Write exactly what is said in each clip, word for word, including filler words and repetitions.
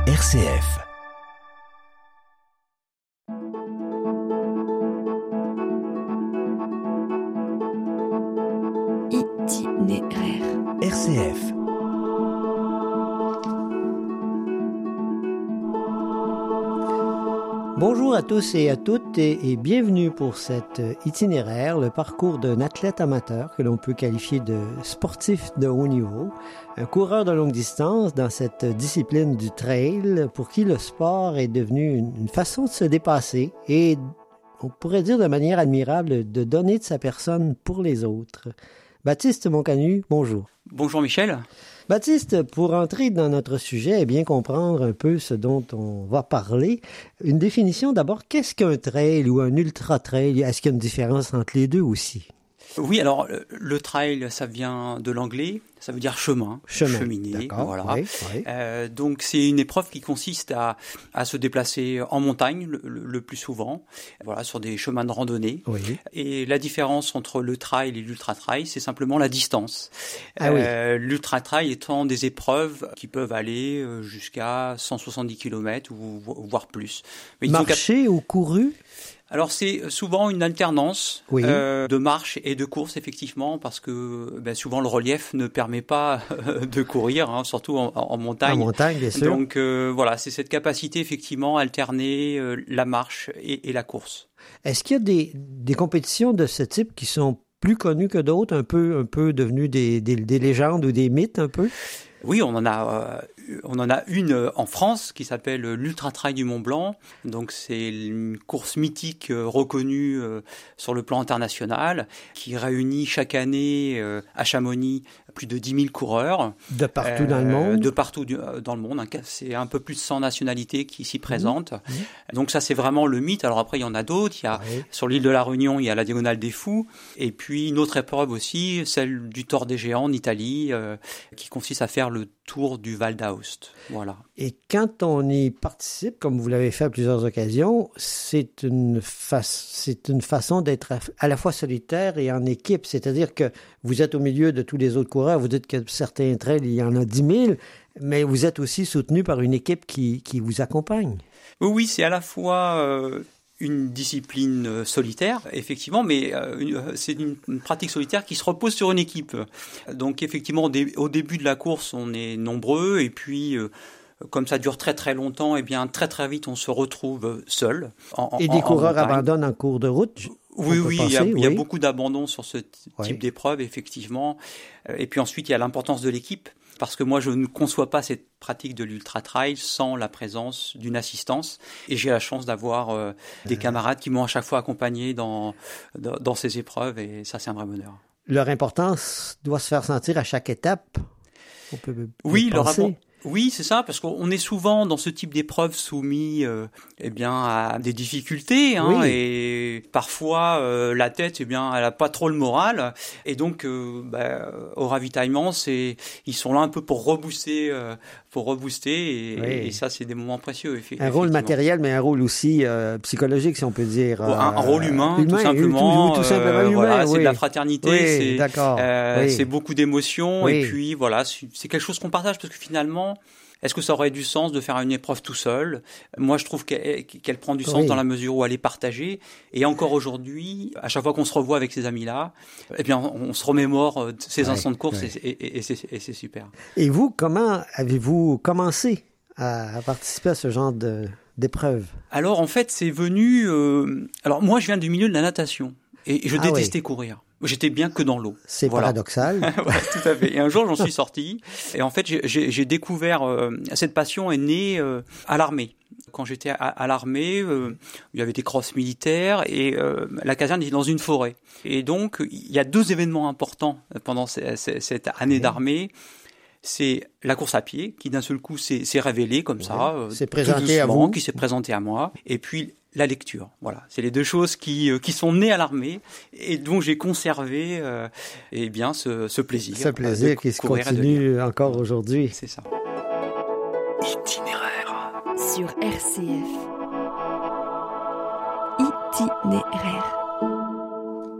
R C F. Itinéraire. R C F. Bonjour à tous et à toutes et, et bienvenue pour cet itinéraire, le parcours d'un athlète amateur que l'on peut qualifier de sportif de haut niveau, un coureur de longue distance dans cette discipline du trail pour qui le sport est devenu une, une façon de se dépasser et, on pourrait dire de manière admirable, de donner de sa personne pour les autres. Baptiste Moncanu, bonjour. Bonjour Michel. Baptiste, pour entrer dans notre sujet et bien comprendre un peu ce dont on va parler, une définition d'abord, qu'est-ce qu'un trail ou un ultra-trail? Est-ce qu'il y a une différence entre les deux aussi? Oui, alors le trail, ça vient de l'anglais, ça veut dire chemin, chemin cheminer, voilà. Oui, oui. Euh, donc c'est une épreuve qui consiste à, à se déplacer en montagne le, le, le plus souvent, voilà, sur des chemins de randonnée. Oui. Et la différence entre le trail et l'ultra-trail, c'est simplement la distance. Ah euh, oui. L'ultra-trail étant des épreuves qui peuvent aller jusqu'à cent soixante-dix kilomètres ou voire plus. Mais marché ou couru? Alors c'est souvent une alternance oui. euh, de marche et de course effectivement parce que ben, souvent le relief ne permet pas de courir, hein, surtout en, en montagne. En montagne, bien sûr. Donc euh, voilà, c'est cette capacité effectivement à alterner euh, la marche et, et la course. Est-ce qu'il y a des, des compétitions de ce type qui sont plus connues que d'autres, un peu, un peu devenues des, des, des légendes ou des mythes un peu? Oui, on en a, euh, on en a une en France qui s'appelle l'Ultra Trail du Mont Blanc. Donc c'est une course mythique euh, reconnue euh, sur le plan international qui réunit chaque année euh, à Chamonix plus de dix mille coureurs. De partout euh, dans le monde. De partout du, dans le monde. C'est un peu plus de cent nationalités qui s'y présentent. Mmh. Donc ça c'est vraiment le mythe. Alors après il y en a d'autres. Il y a oui. Sur l'île de la Réunion il y a la Diagonale des Fous. Et puis une autre épreuve aussi, celle du Tor des Géants en Italie, euh, qui consiste à faire le tour du Val d'Aoste. Voilà. Et quand on y participe, comme vous l'avez fait à plusieurs occasions, c'est une, fa- c'est une façon d'être à la fois solitaire et en équipe. C'est-à-dire que vous êtes au milieu de tous les autres coureurs. Vous dites que certains trails, il y en a dix mille, mais vous êtes aussi soutenu par une équipe qui, qui vous accompagne. Oui, oui, c'est à la fois... Euh une discipline solitaire, effectivement, mais euh, une, c'est une, une pratique solitaire qui se repose sur une équipe. Donc effectivement, au, dé, au début de la course, on est nombreux, et puis euh, comme ça dure très très longtemps, et bien très très vite, on se retrouve seul. En, et des en, coureurs en abandonnent en cours de route? Oui, oui, penser, il, y a, oui, il y a beaucoup d'abandon sur ce t- oui. type d'épreuve, effectivement. Et puis ensuite, il y a l'importance de l'équipe. Parce que moi, je ne conçois pas cette pratique de l'ultra-trail sans la présence d'une assistance. Et j'ai la chance d'avoir euh, des camarades qui m'ont à chaque fois accompagné dans, dans, dans ces épreuves. Et ça, c'est un vrai bonheur. Leur importance doit se faire sentir à chaque étape. On peut, peut oui, leur penser. Oui, c'est ça, parce qu'on est souvent dans ce type d'épreuve soumis, euh, eh bien, à des difficultés, hein, oui. et parfois euh, la tête, eh bien, elle a pas trop le moral, et donc euh, bah, au ravitaillement, c'est, ils sont là un peu pour rebooster, euh, pour rebooster, et, oui. et ça, c'est des moments précieux. Effe- un rôle matériel, mais un rôle aussi euh, psychologique, si on peut dire. Euh, un, un rôle humain, humain tout simplement. Tout, tout simplement euh, humain. Voilà, oui. c'est de la fraternité, oui, c'est, d'accord. Euh, oui. c'est beaucoup d'émotions, oui. et puis voilà, c'est quelque chose qu'on partage parce que finalement. Est-ce que ça aurait du sens de faire une épreuve tout seul? Moi, je trouve qu'elle, qu'elle prend du sens oui. dans la mesure où elle est partagée. Et encore aujourd'hui, à chaque fois qu'on se revoit avec ces amis-là, eh bien, on se remémore ces oui, instants de course oui. et, et, et, c'est, et c'est super. Et vous, comment avez-vous commencé à participer à ce genre de, d'épreuve? Alors, en fait, c'est venu... Euh... Alors, moi, je viens du milieu de la natation. Et je ah, détestais oui. courir. J'étais bien que dans l'eau. C'est voilà. paradoxal. Ouais, tout à fait. Et un jour, j'en suis sorti. Et en fait, j'ai, j'ai, j'ai découvert... Euh, cette passion est née euh, à l'armée. Quand j'étais à, à l'armée, euh, il y avait des crosses militaires et euh, la caserne était dans une forêt. Et donc, il y a deux événements importants pendant c- c- cette année oui. d'armée. C'est la course à pied qui, d'un seul coup, s'est, s'est révélée comme oui. ça. Euh, c'est présenté à vous. Qui s'est présenté à moi. Et puis... la lecture, voilà. C'est les deux choses qui euh, qui sont nées à l'armée et dont j'ai conservé euh, eh bien ce, ce plaisir. Ce plaisir qui se continue encore aujourd'hui. C'est ça. Itinéraire sur R C F. Itinéraire.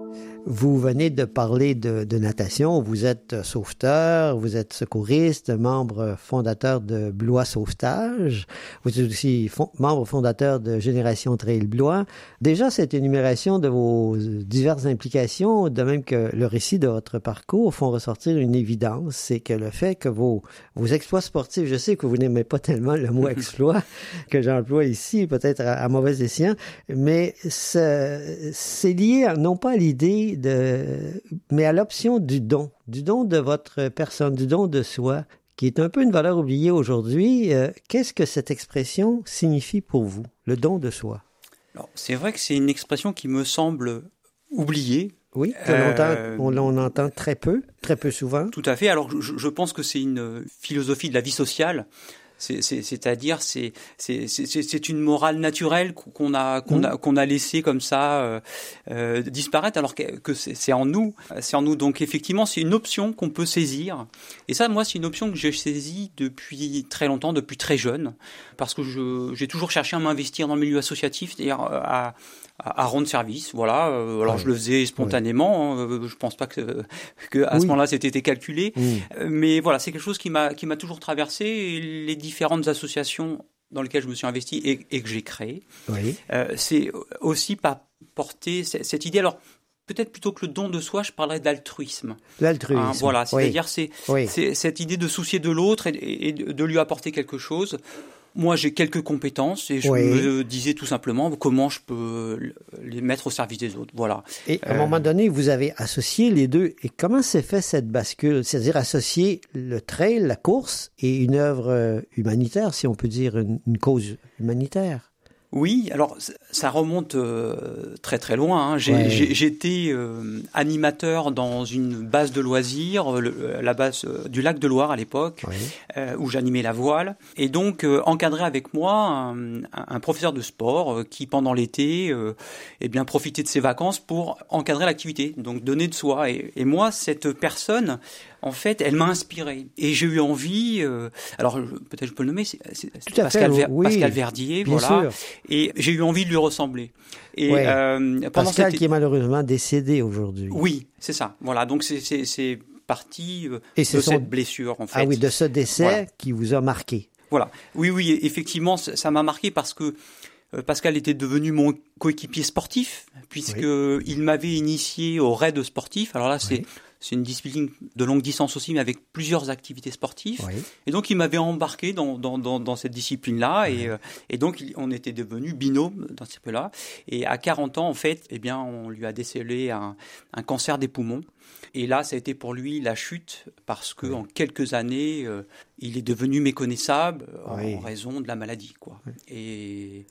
Vous venez de parler de, de natation. Vous êtes sauveteur, vous êtes secouriste, membre fondateur de Blois Sauvetage. Vous êtes aussi fond, membre fondateur de Génération Trail Blois. Déjà, cette énumération de vos diverses implications, de même que le récit de votre parcours, font ressortir une évidence. C'est que le fait que vos, vos exploits sportifs, je sais que vous n'aimez pas tellement le mot exploit que j'emploie ici, peut-être à, à mauvais escient, mais c'est, c'est lié à, non pas à l'idée de, mais à l'option du don, du don de votre personne, du don de soi, qui est un peu une valeur oubliée aujourd'hui. Euh, qu'est-ce que cette expression signifie pour vous, le don de soi? Alors, c'est vrai que c'est une expression qui me semble oubliée. Oui, que l'on euh, on, on entend très peu, très peu souvent. Tout à fait. Alors, je, je pense que c'est une philosophie de la vie sociale. C'est, c'est, c'est-à-dire, c'est, c'est, c'est, c'est une morale naturelle qu'on a, qu'on mmh. a, qu'on a laissé comme ça euh, euh, disparaître, alors que, que c'est, c'est en nous, c'est en nous. Donc effectivement, c'est une option qu'on peut saisir. Et ça, moi, c'est une option que j'ai saisie depuis très longtemps, depuis très jeune, parce que je, j'ai toujours cherché à m'investir dans le milieu associatif, c'est-à-dire à, à, à rendre service. Voilà. Alors oui. je le faisais spontanément. Oui. Hein. Je pense pas que, que à oui. ce moment-là, c'était été calculé. Oui. Mais voilà, c'est quelque chose qui m'a, qui m'a toujours traversé. Et les différentes associations dans lesquelles je me suis investi et, et que j'ai créées, oui. euh, c'est aussi pas porter cette, cette idée. Alors, peut-être plutôt que le don de soi, je parlerais d'altruisme. L'altruisme. Hein, voilà, c'est-à-dire oui. c'est, oui. c'est cette idée de soucier de l'autre et, et de lui apporter quelque chose. Moi, j'ai quelques compétences et je oui. me disais tout simplement comment je peux les mettre au service des autres. Voilà. Et à un euh... moment donné, vous avez associé les deux. Et comment s'est fait cette bascule? C'est-à-dire associer le trail, la course et une œuvre humanitaire, si on peut dire une, une cause humanitaire? Oui, alors ça remonte euh, très très loin. Hein. J'ai, ouais. j'ai, j'étais euh, animateur dans une base de loisirs, le, la base euh, du lac de Loire à l'époque, ouais. euh, où j'animais la voile, et donc euh, encadré avec moi un, un professeur de sport euh, qui pendant l'été, euh, eh bien profitait de ses vacances pour encadrer l'activité, donc donner de soi. Et, et moi, cette personne, en fait, elle m'a inspiré et j'ai eu envie. Euh, alors peut-être je peux le nommer, c'est, c'est, c'est Pascal, Ver, oui, Pascal Verdier, voilà. Sûr. Et j'ai eu envie de lui ressembler. Et ouais. euh, pendant Pascal cette... qui est malheureusement décédé aujourd'hui. Oui, c'est ça. Voilà, donc c'est c'est c'est parti euh, de son... cette blessure en fait. Ah oui, de ce décès voilà. qui vous a marqué. Voilà. Oui, oui, effectivement, ça m'a marqué parce que euh, Pascal était devenu mon coéquipier sportif puisque oui. il m'avait initié au raid sportif. Alors là, c'est oui. C'est une discipline de longue distance aussi, mais avec plusieurs activités sportives. Oui. Et donc, il m'avait embarqué dans, dans, dans, dans cette discipline-là. Oui. Et, euh, et donc, on était devenus binômes dans ce peu-là. Et à quarante ans, en fait, eh bien, on lui a décelé un, un cancer des poumons. Et là, ça a été pour lui la chute, parce que oui. en quelques années, euh, il est devenu méconnaissable oui. en raison de la maladie, quoi. Oui. Et,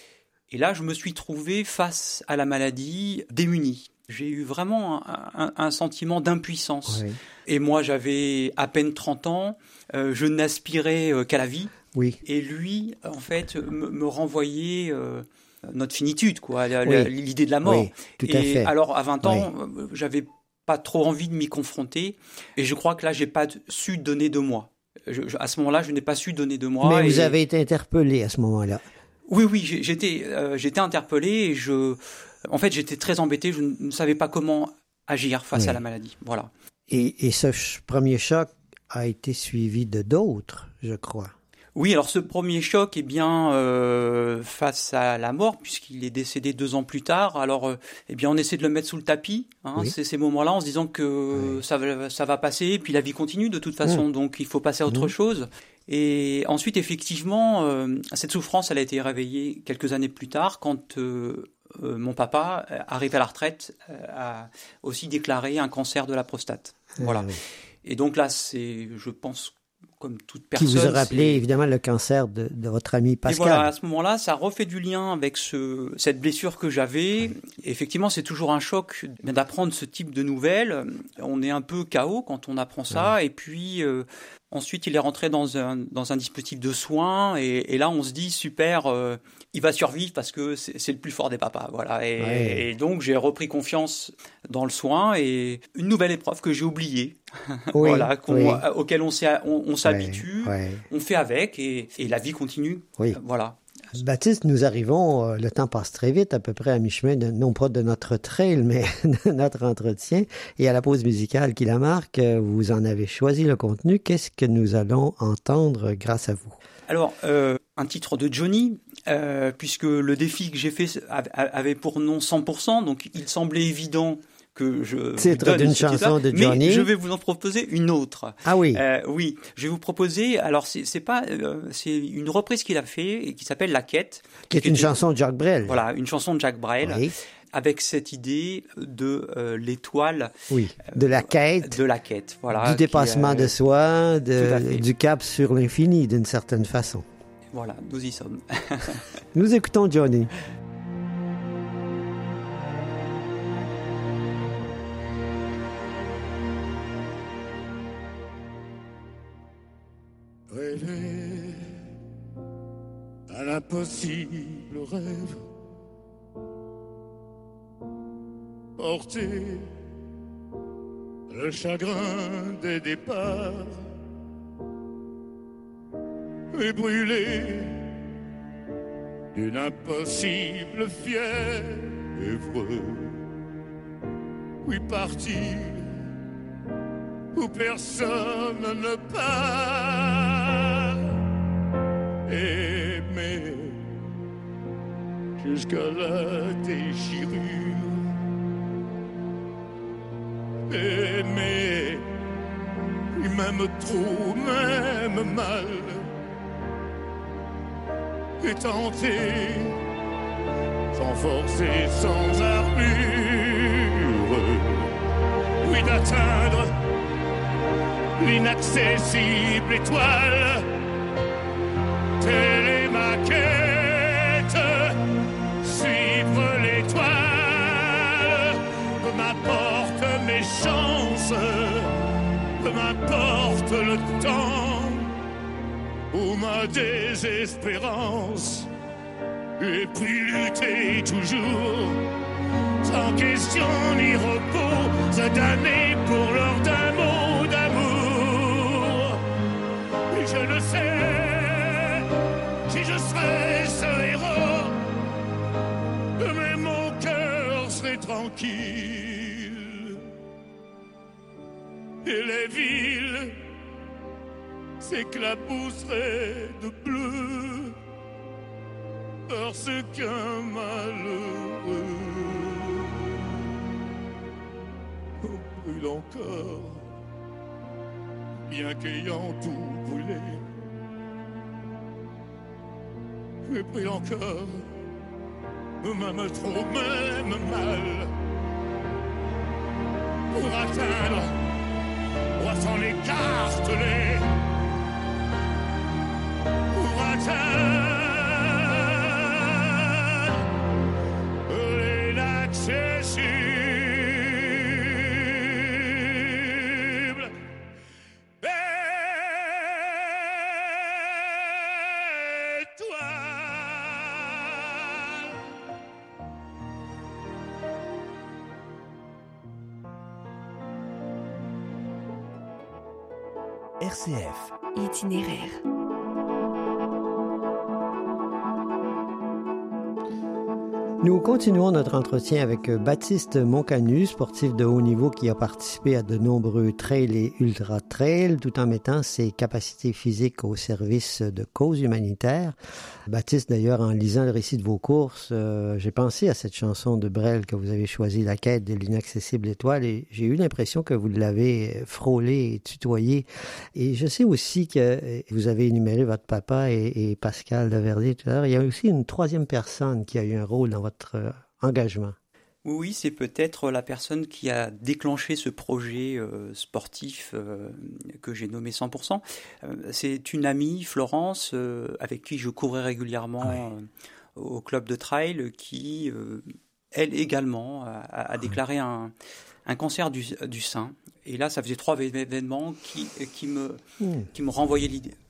et là, je me suis trouvé face à la maladie démuni. J'ai eu vraiment un, un, un sentiment d'impuissance. Oui. Et moi, j'avais à peine trente ans, euh, je n'aspirais euh, qu'à la vie. Oui. Et lui, en fait, me, me renvoyait euh, notre finitude, quoi, la, oui. l'idée de la mort. Oui, tout à et fait. Alors, à vingt ans, oui. j'avais pas trop envie de m'y confronter. Et je crois que là, j'ai pas su donner de moi. Je, je, à ce moment-là, je n'ai pas su donner de moi. Mais et... vous avez été interpellé à ce moment-là. Oui, oui, j'étais, euh, j'étais interpellé et je... En fait, j'étais très embêté, je ne savais pas comment agir face oui. à la maladie. Voilà. Et, et ce ch- premier choc a été suivi de d'autres, je crois. Oui, alors ce premier choc, eh bien, euh, face à la mort, puisqu'il est décédé deux ans plus tard, alors, euh, eh bien, on essaie de le mettre sous le tapis, hein, oui. c'est ces moments-là, en se disant que oui. ça, va, ça va passer, et puis la vie continue de toute façon, mmh. donc il faut passer à autre mmh. chose. Et ensuite, effectivement, euh, cette souffrance, elle a été réveillée quelques années plus tard, quand... Euh, Euh, mon papa, euh, arrivé à la retraite, euh, a aussi déclaré un cancer de la prostate. Euh, voilà. Oui. Et donc là, c'est, je pense, comme toute personne... Qui vous a rappelé, c'est... évidemment, le cancer de, de votre ami Pascal. Et voilà, à ce moment-là, ça refait du lien avec ce, cette blessure que j'avais. Oui. Effectivement, c'est toujours un choc d'apprendre ce type de nouvelles. On est un peu K O quand on apprend ça. Oui. Et puis... Euh, Ensuite, il est rentré dans un, dans un dispositif de soins et, et là, on se dit, super, euh, il va survivre parce que c'est, c'est le plus fort des papas. Voilà. Et, ouais. et donc, j'ai repris confiance dans le soin et une nouvelle épreuve que j'ai oubliée, oui, voilà, qu'on, oui. auquel on, on, on s'habitue, ouais, ouais. on fait avec et, et la vie continue. Oui. Voilà. Baptiste, nous arrivons, euh, le temps passe très vite, à peu près à mi-chemin, de, non pas de notre trail, mais de notre entretien. Et à la pause musicale qui la marque, euh, vous en avez choisi le contenu. Qu'est-ce que nous allons entendre grâce à vous? Alors, euh, un titre de Johnny, euh, puisque le défi que j'ai fait avait pour nom cent pour cent, donc il semblait évident que je titre d'une chanson de Johnny. Mais je vais vous en proposer une autre. Ah oui. Euh, oui, je vais vous proposer. Alors c'est, c'est pas, euh, c'est une reprise qu'il a fait et qui s'appelle La Quête, qui est qui une était, chanson de Jacques Brel. Voilà, une chanson de Jacques Brel. Oui. Avec cette idée de euh, l'étoile. Oui. De la quête. De la quête. Voilà. Du dépassement qui, euh, de soi, de, du cap sur l'infini, d'une certaine façon. Voilà, nous y sommes. Nous écoutons Johnny. Rêver à l'impossible rêve, porter le chagrin des départs et brûler d'une impossible fièvre, oui partir où personne ne part, aimer jusqu'à la déchirure, aimer, et même trop, même mal, et tenter, sans force et sans armure, oui d'atteindre l'inaccessible étoile. Telle est ma quête, suivre l'étoile, peu m'importe mes chances, peu m'importe le temps ou ma désespérance, et puis lutter toujours, sans question ni repos, damné pour l'heure d'un mot d'amour. Et je ne sais si je serai ce héros, mais mon cœur serait tranquille. Et les villes s'éclabousseraient de bleu, parce qu'un malheureux brûle encore, bien qu'ayant tout brûlé, et brûle encore, même trop, même mal, pour atteindre, pour s'en écarteler, pour atteindre l'inaccessible. R C F. Itinéraire. Nous continuons notre entretien avec Baptiste Moncanu, sportif de haut niveau qui a participé à de nombreux trails et ultra-trails tout en mettant ses capacités physiques au service de causes humanitaires. Baptiste, d'ailleurs, en lisant le récit de vos courses, euh, j'ai pensé à cette chanson de Brel que vous avez choisie, La Quête de l'inaccessible étoile, et j'ai eu l'impression que vous l'avez frôlée et tutoyée. Et je sais aussi que vous avez énuméré votre papa et, et Pascal Laverdier tout à l'heure. Il y a aussi une troisième personne qui a eu un rôle dans votre votre engagement. Oui, c'est peut-être la personne qui a déclenché ce projet euh, sportif euh, que j'ai nommé cent pour cent. Euh, c'est une amie, Florence, euh, avec qui je courais régulièrement ah oui. euh, au club de trail, qui, euh, elle également, a, a déclaré un, un cancer du, du sein. Et là, ça faisait trois événements qui, qui me, mmh. qui me renvoyaient l'idée,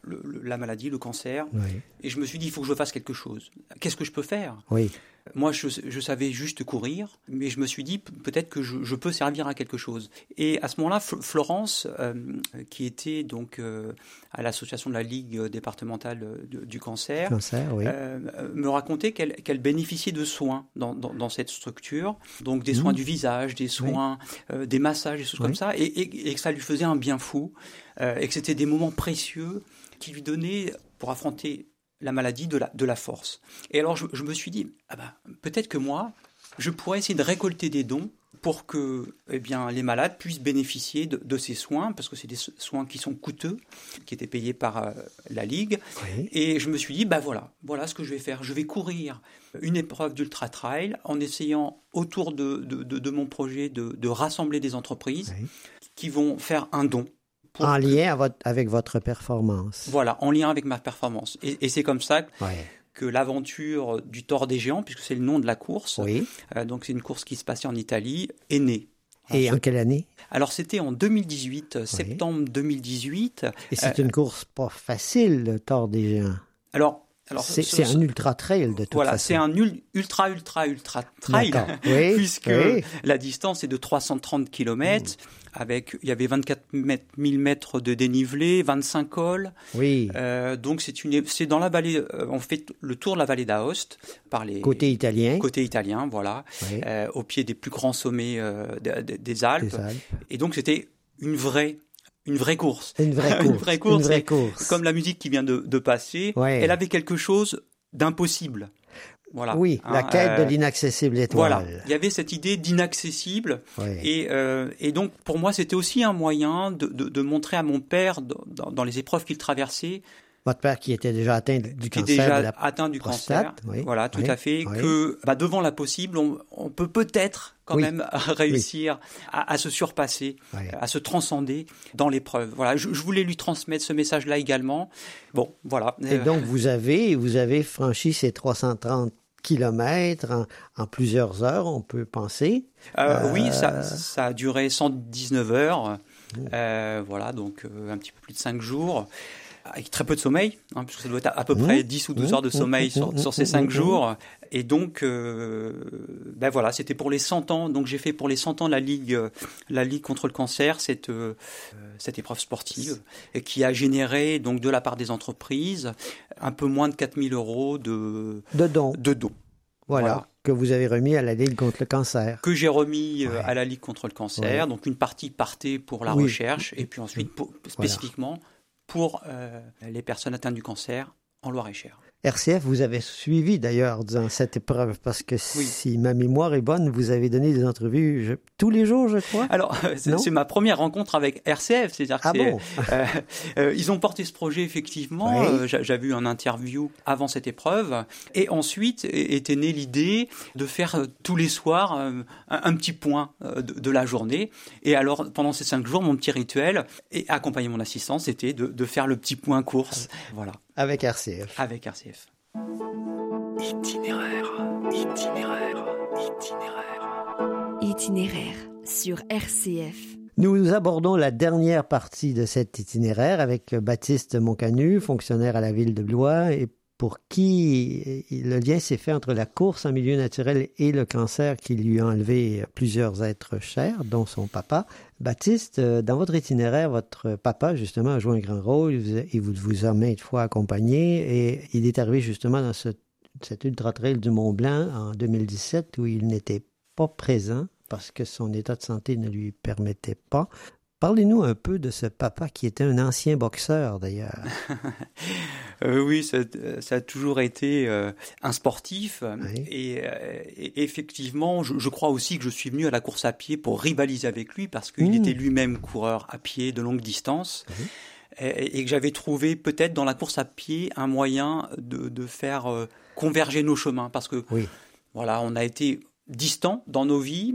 le, le, la maladie, le cancer. Oui. Et je me suis dit, il faut que je fasse quelque chose. Qu'est-ce que je peux faire ? Oui. Moi, je, je savais juste courir, mais je me suis dit, peut-être que je, je peux servir à quelque chose. Et à ce moment-là, F- Florence, euh, qui était donc euh, à l'association de la Ligue départementale de, du cancer, cancer oui. euh, me racontait qu'elle, qu'elle bénéficiait de soins dans, dans, dans cette structure, donc des soins mmh. du visage, des soins, oui. euh, des massages, des choses oui. comme ça, et, et, et que ça lui faisait un bien fou, euh, et que c'était des moments précieux qui lui donnaient, pour affronter la maladie, de la, de la force. Et alors je, je me suis dit, ah ben, peut-être que moi, je pourrais essayer de récolter des dons pour que eh bien, les malades puissent bénéficier de, de ces soins, parce que c'est des soins qui sont coûteux, qui étaient payés par euh, la Ligue. Oui. Et je me suis dit, ben voilà, voilà ce que je vais faire. Je vais courir une épreuve d'ultra-trail en essayant, autour de, de, de, de mon projet, de, de rassembler des entreprises oui. qui vont faire un don. En lien votre, avec votre performance. Voilà, en lien avec ma performance. Et, et c'est comme ça que, ouais. que l'aventure du Tour des Géants, puisque c'est le nom de la course, oui. euh, donc c'est une course qui se passait en Italie, est née. Et en, en quelle année ? Alors c'était en deux mille dix-huit, oui. septembre deux mille dix-huit. Et c'est euh, une course pas facile, le Tour des Géants. Alors... Alors, c'est, ce, c'est un ultra trail de toute voilà, façon. Voilà, c'est un ultra ultra ultra trail oui, puisque oui. la distance est de trois cent trente kilomètres. Mmh. Avec, il y avait vingt-quatre mille mètres de dénivelé, vingt-cinq cols. Oui. Euh, donc c'est une, c'est dans la vallée. Euh, on fait le tour de la vallée d'Aoste par les côté italien. Côté italien, voilà, oui. euh, au pied des plus grands sommets euh, des, des Alpes. Des Alpes. Et donc c'était une vraie. Une vraie course. Une vraie course. une vraie course. Une vraie course. Comme la musique qui vient de, de passer, ouais. elle avait quelque chose d'impossible. Voilà. Oui, hein, la quête euh, de l'inaccessible étoile. Voilà, il y avait cette idée d'inaccessible. Ouais. Et, euh, et donc, pour moi, c'était aussi un moyen de, de, de montrer à mon père, dans, dans les épreuves qu'il traversait, votre père qui était déjà atteint du qui cancer déjà de la atteint du prostate, cancer, oui, voilà, tout oui, à fait, oui. que bah, devant l'impossible, on, on peut peut-être quand oui. même réussir oui. à, à se surpasser, oui. à se transcender dans l'épreuve. Voilà, je, je voulais lui transmettre ce message-là également. Bon, voilà. Et euh... donc vous avez, vous avez franchi ces trois cent trente kilomètres en, en plusieurs heures, on peut penser. Euh, euh... Oui, ça, ça a duré cent dix-neuf heures. Mmh. Euh, voilà, donc euh, un petit peu plus de cinq jours. Avec très peu de sommeil, hein, puisque ça doit être à, à peu près dix ou douze heures de sommeil sur, sur ces cinq jours. Et donc, euh, ben voilà, c'était pour les cent ans. Donc, j'ai fait pour les cent ans la Ligue, la Ligue contre le cancer, cette, euh, cette épreuve sportive, et qui a généré, donc, de la part des entreprises, un peu moins de quatre mille euros de, de dons. De dons. Voilà, voilà, que vous avez remis à la Ligue contre le cancer. Que j'ai remis euh, ouais. à la Ligue contre le cancer. Ouais. Donc, une partie partait pour la oui. recherche, et puis ensuite, pour, spécifiquement, voilà. pour euh, les personnes atteintes du cancer en Loir-et-Cher. R C F, vous avez suivi d'ailleurs dans cette épreuve, parce que oui. si ma mémoire est bonne, vous avez donné des entrevues je, tous les jours, je crois. Alors, c'est, c'est ma première rencontre avec R C F, c'est-à-dire que ah c'est, bon euh, euh, ils ont porté ce projet effectivement. Oui. Euh, j'avais eu un interview avant cette épreuve, et ensuite était née l'idée de faire euh, tous les soirs euh, un, un petit point euh, de, de la journée. Et alors, pendant ces cinq jours, mon petit rituel, et accompagner mon assistant, c'était de, de faire le petit point course. Voilà. Avec R C F. Avec R C F. Itinéraire, itinéraire, itinéraire. Itinéraire sur R C F. Nous abordons la dernière partie de cet itinéraire avec Baptiste Moncanu, fonctionnaire à la ville de Blois, et pour qui le lien s'est fait entre la course en milieu naturel et le cancer qui lui a enlevé plusieurs êtres chers, dont son papa. Baptiste, dans votre itinéraire, votre papa, justement, a joué un grand rôle. Il vous, vous a maintes fois accompagné et il est arrivé justement dans ce, cet ultra-trail du Mont-Blanc en deux mille dix-sept où il n'était pas présent parce que son état de santé ne lui permettait pas. Parlez-nous un peu de ce papa qui était un ancien boxeur, d'ailleurs. euh, oui, ça, ça a toujours été euh, un sportif. Oui. Et, euh, et effectivement, je, je crois aussi que je suis venu à la course à pied pour rivaliser avec lui parce qu'il mmh. était lui-même coureur à pied de longue distance. Mmh. Et, et que j'avais trouvé peut-être dans la course à pied un moyen de, de faire euh, converger nos chemins. Parce que, oui. voilà, on a été... distants dans nos vies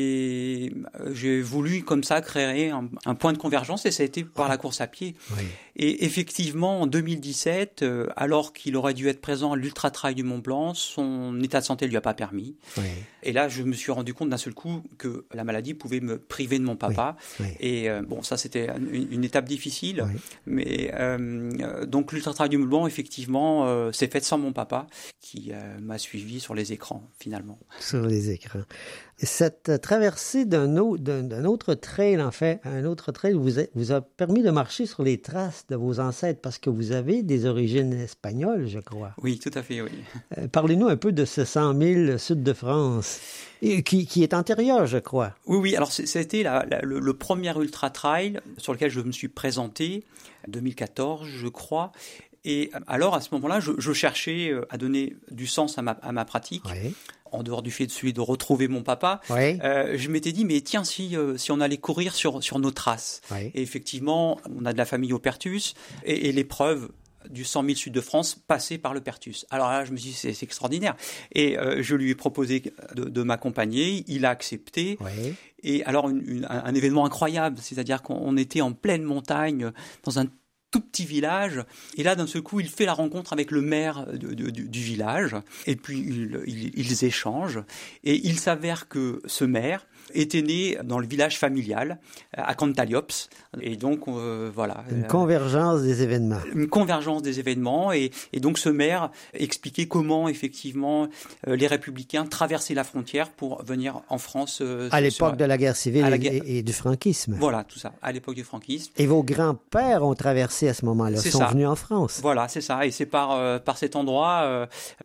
et j'ai voulu comme ça créer un, un point de convergence et ça a été par la course à pied. Oui. Et effectivement, en deux mille dix-sept, euh, alors qu'il aurait dû être présent à l'Ultra Trail du Mont Blanc, son état de santé ne lui a pas permis. Oui. Et là, je me suis rendu compte d'un seul coup que la maladie pouvait me priver de mon papa. Oui. Oui. Et euh, bon, ça, c'était une, une étape difficile. Oui. Mais euh, donc, l'Ultra Trail du Mont Blanc, effectivement, euh, s'est fait sans mon papa qui euh, m'a suivi sur les écrans, finalement. Sur les écrans. Cette traversée d'un autre, d'un, d'un autre trail, en fait, un autre trail vous a, vous a permis de marcher sur les traces de vos ancêtres parce que vous avez des origines espagnoles, je crois. Oui, tout à fait, oui. Euh, parlez-nous un peu de ce cent mille sud de France, et qui, qui est antérieur, je crois. Oui, oui. Alors, c'était la, la, le, le premier ultra trail sur lequel je me suis présenté, en deux mille quatorze, je crois. Et alors, à ce moment-là, je, je cherchais à donner du sens à ma, à ma pratique. Oui. En dehors du fait de celui de retrouver mon papa, oui. euh, je m'étais dit, mais tiens, si, euh, si on allait courir sur, sur nos traces. Oui. Et effectivement, on a de la famille au Pertus, et, et l'épreuve du cent mille Sud de France passait par le Pertus. Alors là, je me suis dit, c'est, c'est extraordinaire. Et euh, je lui ai proposé de, de m'accompagner, il a accepté. Oui. Et alors, une, une, un, un événement incroyable, c'est-à-dire qu'on était en pleine montagne, dans un tout petit village, et là d'un seul coup il fait la rencontre avec le maire de, de, du, du village, et puis ils, ils, ils échangent, et il s'avère que ce maire était né dans le village familial à Cantaliops, et donc euh, voilà. Une convergence des événements. Une convergence des événements, et, et donc ce maire expliquait comment effectivement euh, les républicains traversaient la frontière pour venir en France. Euh, à l'époque sur, de la guerre civile la guerre... Et, et du franquisme. Voilà, tout ça, à l'époque du franquisme. Et vos grands-pères ont traversé à ce moment-là, c'est sont ça. venus en France. Voilà, c'est ça. Et c'est par, euh, par cet endroit euh,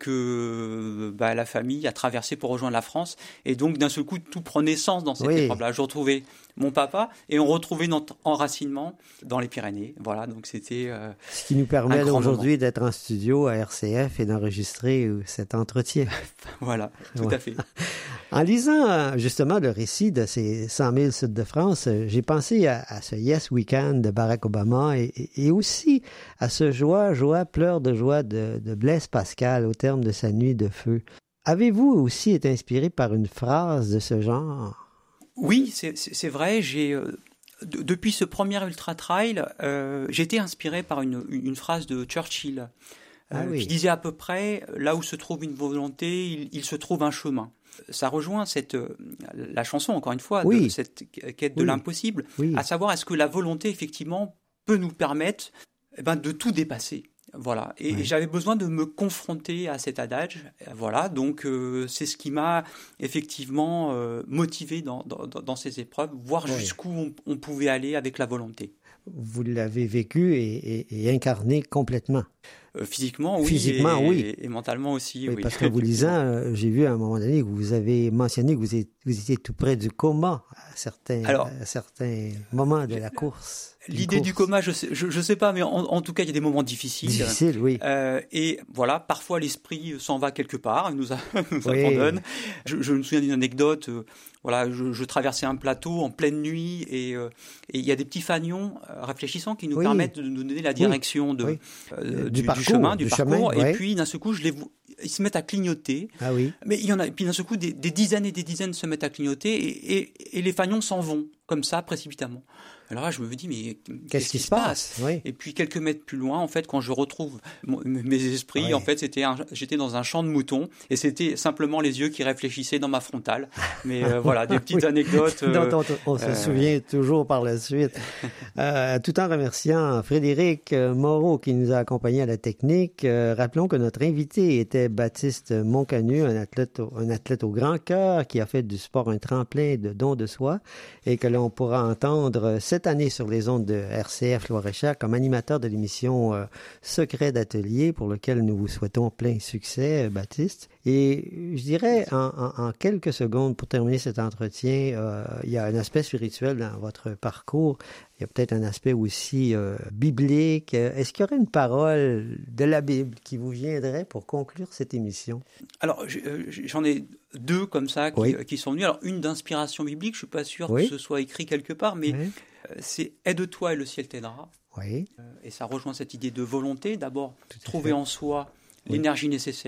que bah, la famille a traversé pour rejoindre la France. Et donc, d'un seul coup, tout prenait sens dans cette oui. épreuve-là. Je retrouvais mon papa et on retrouvait notre enracinement dans les Pyrénées. Voilà, donc c'était euh, ce qui nous permet aujourd'hui moment. d'être en studio à R C F et d'enregistrer cet entretien. Voilà, tout ouais. à fait. En lisant justement le récit de ces cent mille Sud de France, j'ai pensé à, à ce Yes Weekend de Barack Obama et, et, et aussi à ce Joie, joie, pleurs de joie de, de Blaise Pascal au terme de sa nuit de feu. Avez-vous aussi été inspiré par une phrase de ce genre? Oui, c'est, c'est, c'est vrai. J'ai, euh, d- depuis ce premier Ultra Trail, euh, j'ai été inspiré par une, une phrase de Churchill euh, ah oui. qui disait à peu près « Là où se trouve une volonté, il, il se trouve un chemin ». Ça rejoint cette, la chanson, encore une fois, oui. de cette quête de oui. l'impossible, oui. à savoir est-ce que la volonté, effectivement, peut nous permettre eh ben, de tout dépasser. Voilà. Et, oui. et j'avais besoin de me confronter à cet adage. Voilà. Donc, euh, c'est ce qui m'a effectivement euh, motivé dans, dans, dans ces épreuves, voir oui. jusqu'où on, on pouvait aller avec la volonté. Vous l'avez vécu et, et, et incarné complètement. Euh, physiquement, oui. Physiquement, et, oui. Et, et mentalement aussi, oui. oui. Parce que vous lisant, euh, j'ai vu à un moment donné que vous avez mentionné que vous étiez, vous étiez tout près du coma à certains, Alors, à certains moments de la course. L'idée course. du coma, je sais, je, je sais pas, mais en, en tout cas, il y a des moments difficiles. Difficiles, oui. Euh, et voilà, parfois l'esprit s'en va quelque part, il nous, a, nous oui. abandonne. Je, je me souviens d'une anecdote. Euh, voilà, je, je traversais un plateau en pleine nuit et euh, et il y a des petits fanions euh, réfléchissants qui nous oui. permettent de nous donner la direction oui. de oui. euh, du, du, parcours, du chemin, du, du parcours. Chemin, et ouais. puis d'un seul coup, je les ils se mettent à clignoter. Ah oui. Mais il y en a. Et puis d'un seul coup, des, des dizaines et des dizaines se mettent à clignoter et, et, et les fanions s'en vont comme ça précipitamment. Alors là, je me dis, mais qu'est-ce, qu'est-ce qui se passe, passe oui. Et puis quelques mètres plus loin, en fait, quand je retrouve mon, mes esprits, oui. en fait, c'était un, j'étais dans un champ de moutons et c'était simplement les yeux qui réfléchissaient dans ma frontale. Mais euh, voilà, des petites oui. anecdotes. Euh, dont on, on se euh... souvient toujours par la suite. euh, tout en remerciant Frédéric Moreau qui nous a accompagnés à la technique, euh, rappelons que notre invité était Baptiste Moncanu, un athlète, un athlète au grand cœur qui a fait du sport un tremplin de don de soi et que l'on pourra entendre cette année sur les ondes de R C F Loir-et-Cher comme animateur de l'émission euh, Secret d'atelier pour lequel nous vous souhaitons plein succès, Baptiste. Et je dirais en, en, en quelques secondes pour terminer cet entretien, euh, il y a un aspect spirituel dans votre parcours. Il y a peut-être un aspect aussi euh, biblique. Est-ce qu'il y aurait une parole de la Bible qui vous viendrait pour conclure cette émission? Alors, j'en ai deux comme ça qui, oui. qui sont venus. Alors, une d'inspiration biblique, je ne suis pas sûr oui. que ce soit écrit quelque part, mais oui. c'est « Aide-toi et le ciel t'aidera oui. ». Et ça rejoint cette idée de volonté. D'abord, trouver en soi l'énergie nécessaire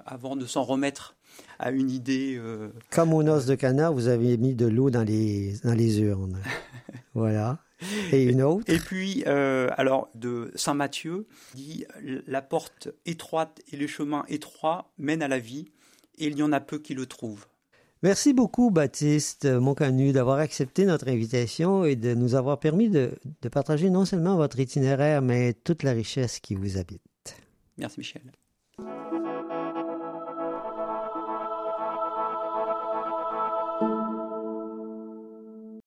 avant de s'en remettre à une idée. Euh... Comme aux noces de Cana, vous avez mis de l'eau dans les, dans les urnes. Voilà. Et une autre. Et puis, euh, alors, de Saint Matthieu, dit « La porte étroite et le chemin étroit mènent à la vie, et il y en a peu qui le trouvent. » Merci beaucoup, Baptiste Moncanu, d'avoir accepté notre invitation et de nous avoir permis de, de partager non seulement votre itinéraire, mais toute la richesse qui vous habite. Merci, Michel.